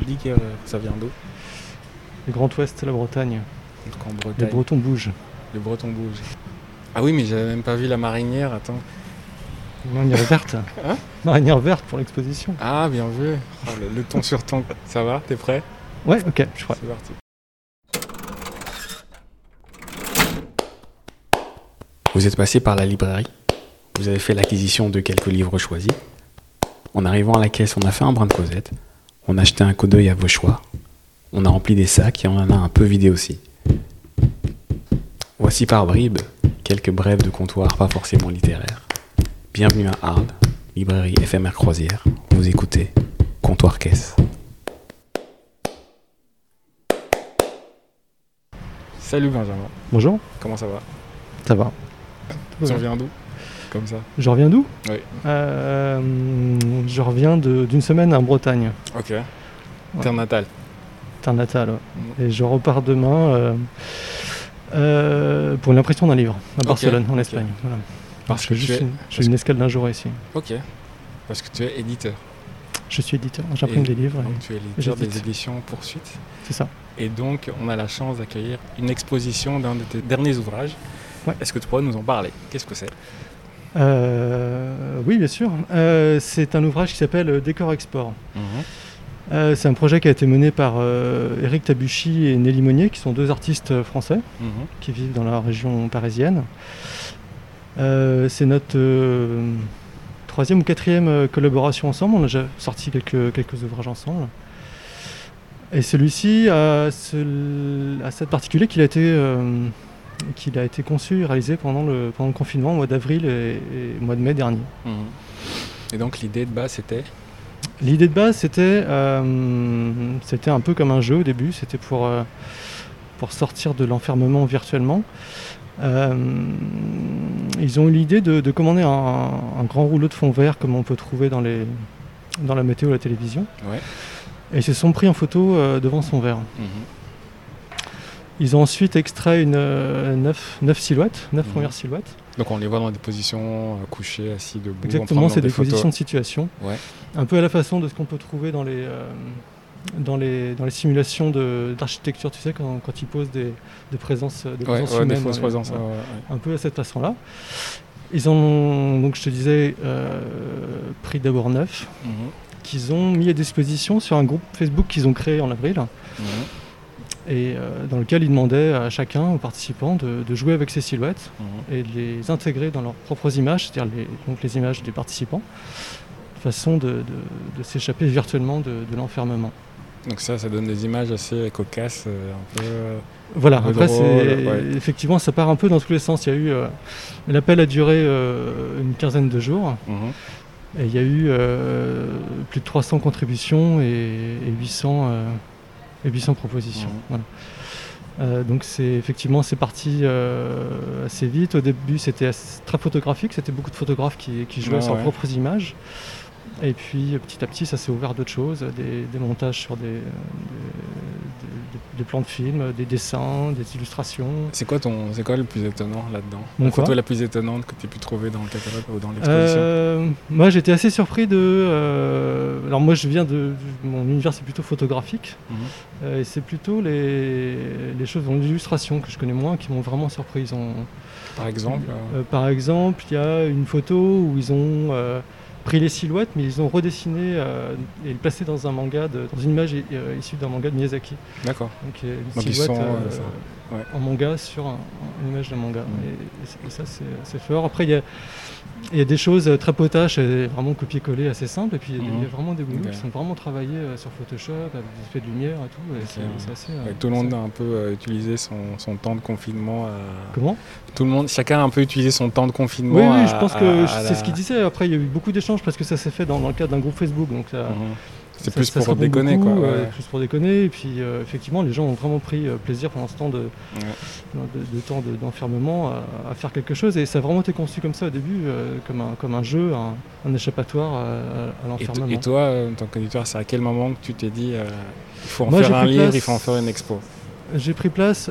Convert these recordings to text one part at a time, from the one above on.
dis que ça vient d'où? Le Grand Ouest, la Bretagne. Donc en Bretagne. Les Bretons bougent. Les Bretons bougent. Ah oui, mais j'avais même pas vu la marinière, attends. Marinière verte. Hein? Marinière verte pour l'exposition. Ah, bien vu. Oh, le ton sur ton. Ça va? T'es prêt? Ouais, ok, je crois. C'est parti. Vous êtes passé par la librairie. Vous avez fait l'acquisition de quelques livres choisis. En arrivant à la caisse, on a fait un brin de causette. On a jeté un coup d'œil à vos choix. On a rempli des sacs et on en a un peu vidé aussi. Voici par bribes quelques brèves de comptoir pas forcément littéraires. Bienvenue à Arles, librairie éphémère Croisière. Vous écoutez Comptoir Caisse. Salut Benjamin. Bonjour. Comment ça va? Ça va. Tu reviens d'où? Comme ça. Je reviens d'où? Oui. Je reviens d'une semaine en Bretagne. Ok. Terre natale. Terre natale, ouais. Et je repars demain pour une impression d'un livre à Barcelone, en Espagne. Voilà. Parce que je fais une escale d'un jour ici. Ok. Parce que tu es éditeur. Je suis éditeur, j'imprime des livres. Donc tu es l'éditeur des éditions Poursuite. C'est ça. Et donc on a la chance d'accueillir une exposition d'un de tes derniers ouvrages. Ouais. Est-ce que tu pourrais nous en parler? Qu'est-ce que c'est? Oui, bien sûr. C'est un ouvrage qui s'appelle Décor Export. C'est un projet qui a été mené par Éric Tabuchy et Nelly Monnier, qui sont deux artistes français qui vivent dans la région parisienne. C'est notre troisième ou quatrième collaboration ensemble. On a déjà sorti quelques ouvrages ensemble. Et celui-ci a cette particularité qu'il a été conçu et réalisé pendant le confinement au mois d'avril et au mois de mai dernier. Et donc l'idée de base c'était? L'idée de base c'était un peu comme un jeu au début, c'était pour sortir de l'enfermement virtuellement. Ils ont eu l'idée de commander un grand rouleau de fond vert comme on peut trouver dans la météo ou la télévision. Ouais. Et ils se sont pris en photo devant son verre. Ils ont ensuite extrait 9 silhouettes, 9 premières silhouettes. Donc on les voit dans des positions couchés, assis, debout. Exactement, c'est des positions de situation. Ouais. Un peu à la façon de ce qu'on peut trouver dans les simulations d'architecture, tu sais, quand ils posent des présences humaines. Des fausses présences. Un peu à cette façon-là. Ils ont, donc je te disais, pris d'abord 9, qu'ils ont mis à disposition sur un groupe Facebook qu'ils ont créé en avril. Et dans lequel ils demandaient à chacun, aux participants, de jouer avec ces silhouettes et de les intégrer dans leurs propres images, c'est-à-dire les images des participants, de façon de s'échapper virtuellement de l'enfermement. Donc ça donne des images assez cocasses, un peu... Voilà, après drôle, effectivement ça part un peu dans tous les sens. Il y a eu, l'appel a duré une quinzaine de jours, et il y a eu plus de 300 contributions et 800 propositions. Voilà. Donc c'est parti assez vite. Au début c'était très photographique, c'était beaucoup de photographes qui jouaient sur leurs propres images. Et puis petit à petit ça s'est ouvert à d'autres choses, des montages sur des plans de films, des dessins, des illustrations. C'est quoi le plus étonnant là-dedans? La photo la plus étonnante que tu as pu trouver dans le catalogue ou dans l'exposition? Moi j'étais assez surpris alors moi mon univers c'est plutôt photographique, et c'est plutôt les choses dans l'illustration que je connais moins qui m'ont vraiment surpris. Par exemple Par exemple, il y a une photo où ils ont pris les silhouettes, mais ils ont redessiné et placé dans un manga, dans une image issue d'un manga de Miyazaki. D'accord. Donc une silhouette en manga sur une image d'un manga. Et ça c'est fort. Après il y a des choses très potaches, et vraiment copier-coller assez simples, et puis il y a vraiment des boulots qui sont vraiment travaillés sur Photoshop, avec des effets de lumière et tout. Et c'est assez, tout le monde a un peu utilisé son temps de confinement. Comment ? Chacun a un peu utilisé son temps de confinement. Oui, je pense que c'est ce qu'il disait. Après, il y a eu beaucoup d'échanges parce que ça s'est fait dans le cadre d'un groupe Facebook. Donc c'est plus pour déconner, quoi. Plus pour déconner. Et puis, effectivement, les gens ont vraiment pris plaisir pendant ce temps de temps d'enfermement à faire quelque chose. Et ça a vraiment été conçu comme ça au début, comme un jeu, un échappatoire à l'enfermement. Et toi, en tant qu'éditeur, c'est à quel moment que tu t'es dit il faut en faire un livre, il faut en faire une expo? J'ai pris place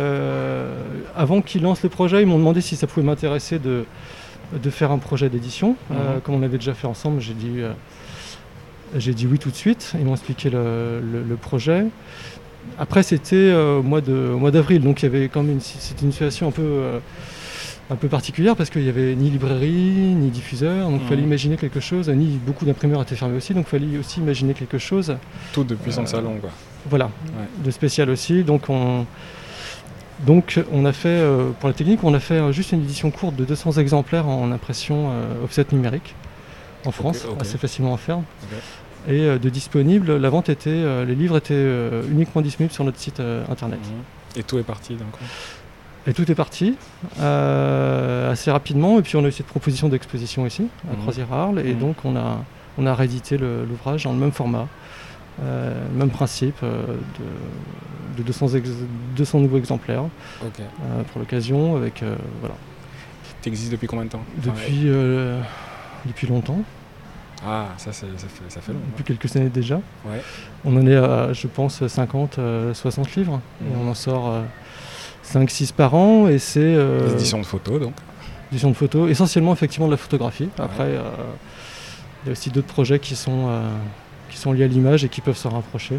avant qu'ils lancent le projet. Ils m'ont demandé si ça pouvait m'intéresser de faire un projet d'édition. Comme on avait déjà fait ensemble, j'ai dit J'ai dit oui tout de suite. Ils m'ont expliqué le projet. Après, c'était au mois d'avril, donc il y avait quand même c'était une situation un peu particulière parce qu'il n'y avait ni librairie, ni diffuseur, donc il fallait imaginer quelque chose, ni beaucoup d'imprimeurs étaient fermés aussi, donc il fallait aussi imaginer quelque chose. Tout depuis son salon, quoi. Voilà, de spécial aussi. Donc on a fait, pour la technique, on a fait juste une édition courte de 200 exemplaires en impression offset numérique en France, assez facilement à faire. Et de disponible, la vente était, les livres étaient uniquement disponibles sur notre site internet. Et tout est parti d'un coup. Et tout est parti assez rapidement. Et puis on a eu cette proposition d'exposition ici, à Croisière-Arles. Et donc on a réédité l'ouvrage dans le même format, même principe, de 200 nouveaux exemplaires pour l'occasion. Voilà. Tu existes depuis combien de temps? Depuis longtemps. Ah, ça fait long. Depuis quelques années déjà. Ouais. On en est à, je pense, 50, 60 livres. Et on en sort 5-6 par an. Et c'est... Des éditions de photos, donc. Éditions de photos, essentiellement, effectivement, de la photographie. Après, il y a aussi d'autres projets qui sont liés à l'image et qui peuvent se rapprocher.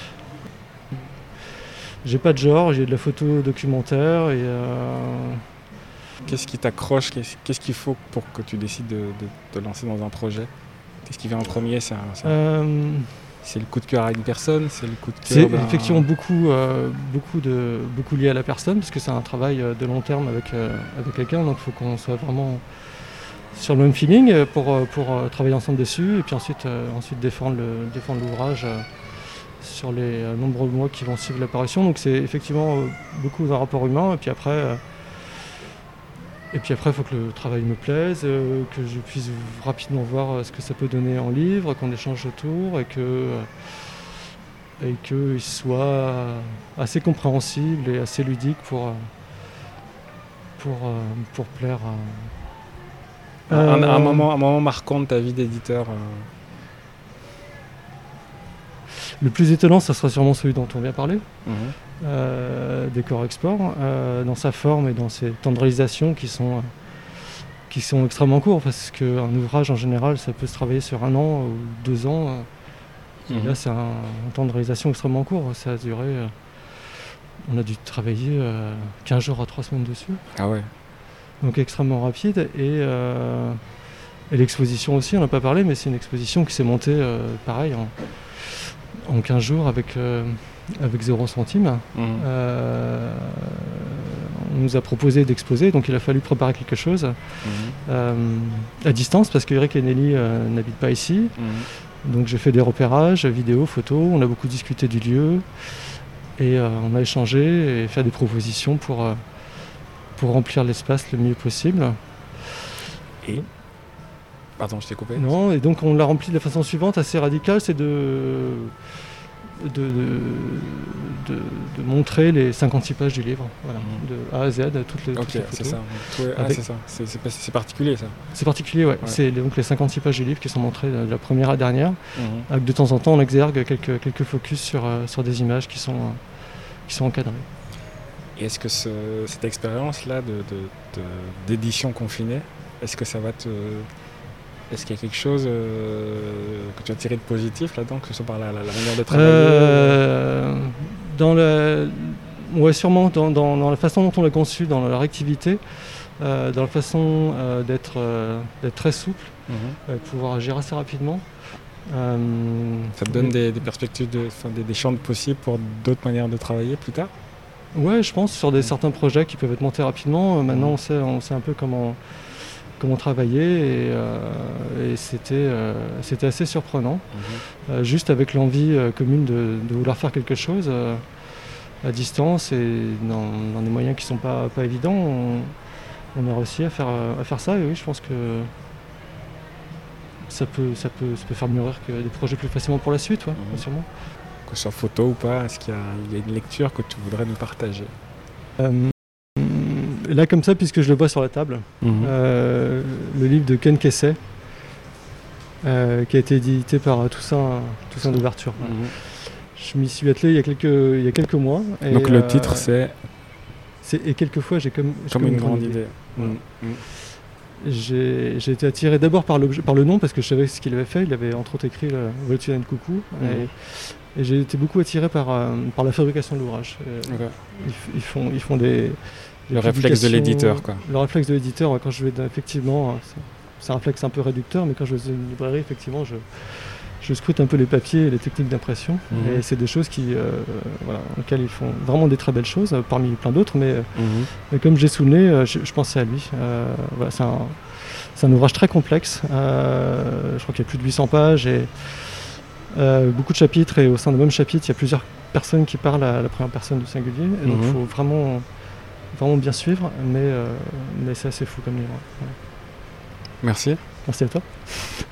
J'ai pas de genre, j'ai de la photo documentaire et... Qu'est-ce qui t'accroche? Qu'est-ce qu'il faut pour que tu décides de te lancer dans un projet? Qu'est-ce qui vient en premier? C'est le coup de cœur à une personne? C'est le coup de cœur C'est effectivement beaucoup lié à la personne, parce que c'est un travail de long terme avec quelqu'un, donc il faut qu'on soit vraiment sur le même feeling pour travailler ensemble dessus, et puis ensuite défendre l'ouvrage sur les nombreux mois qui vont suivre l'apparition. Donc c'est effectivement beaucoup un rapport humain, et puis après il faut que le travail me plaise, que je puisse rapidement voir ce que ça peut donner en livre, qu'on échange autour et qu'il soit assez compréhensible et assez ludique pour plaire à... Un moment marquant de ta vie d'éditeur Le plus étonnant, ça sera sûrement celui dont on vient parler. Décor Export, dans sa forme et dans ses temps de réalisation qui sont extrêmement courts, parce qu'un ouvrage en général ça peut se travailler sur 1 an ou 2 ans, et là c'est un temps de réalisation extrêmement court. Ça a duré, on a dû travailler 15 jours à 3 semaines dessus. Ah ouais. Donc extrêmement rapide, et l'exposition aussi, on n'a pas parlé, mais c'est une exposition qui s'est montée pareil en 15 jours avec 0 centime. On nous a proposé d'exposer, donc il a fallu préparer quelque chose à distance, parce qu'Eric et Nelly n'habitent pas ici. Donc j'ai fait des repérages, vidéos, photos, on a beaucoup discuté du lieu, et on a échangé et fait des propositions pour remplir l'espace le mieux possible. Et pardon, je t'ai coupé. Non, et donc on l'a rempli de la façon suivante, assez radicale, c'est de montrer les 56 pages du livre, voilà, de A à Z, toutes les photos. C'est ça. C'est ça. C'est particulier, ça. C'est particulier, ouais. C'est donc les 56 pages du livre qui sont montrées de la première à la dernière, avec de temps en temps on exergue quelques focus sur des images qui sont encadrées. Et est-ce que cette expérience-là d'édition confinée, est-ce que ça va est-ce qu'il y a quelque chose que tu as tiré de positif là-dedans, que ce soit par la manière de travailler sûrement dans la façon dont on l'a conçu, dans la réactivité, dans la façon d'être très souple, pouvoir agir assez rapidement. Ça te donne des perspectives, des champs de possibles pour d'autres manières de travailler plus tard? Ouais, je pense, sur certains projets qui peuvent être montés rapidement. Maintenant, on sait un peu comment travailler, et c'était assez surprenant. Juste avec l'envie commune de vouloir faire quelque chose à distance et dans des moyens qui ne sont pas évidents, on a réussi à faire ça, et oui, je pense que ça peut faire mûrir que des projets plus facilement pour la suite, sûrement. Que ce soit photo ou pas, est-ce qu'il y a une lecture que tu voudrais nous partager? Là, comme ça, puisque je le vois sur la table, le livre de Ken Kesey, qui a été édité par Toussaint d'Ouverture. Je m'y suis attelé il y a quelques mois. Et donc le titre c'est... Et quelquefois j'ai comme une grande idée. j'ai été attiré d'abord par le nom, parce que je savais ce qu'il avait fait. Il avait entre autres écrit le Volkswagen Coucou. Et j'ai été beaucoup attiré par la fabrication de l'ouvrage. Ils font des le réflexe de l'éditeur, quoi. Le réflexe de l'éditeur, quand je vais effectivement, c'est un réflexe un peu réducteur, mais quand je vais dans une librairie, effectivement, je scrute un peu les papiers et les techniques d'impression. Et c'est des choses auxquelles ils font vraiment des très belles choses, parmi plein d'autres. Mais comme j'ai sous le nez, je pensais à lui. C'est un ouvrage très complexe. Je crois qu'il y a plus de 800 pages et beaucoup de chapitres. Et au sein du même chapitre, il y a plusieurs personnes qui parlent à la première personne du singulier. Et donc il faut vraiment bien suivre. Mais c'est assez fou comme livre. Merci. Merci à toi.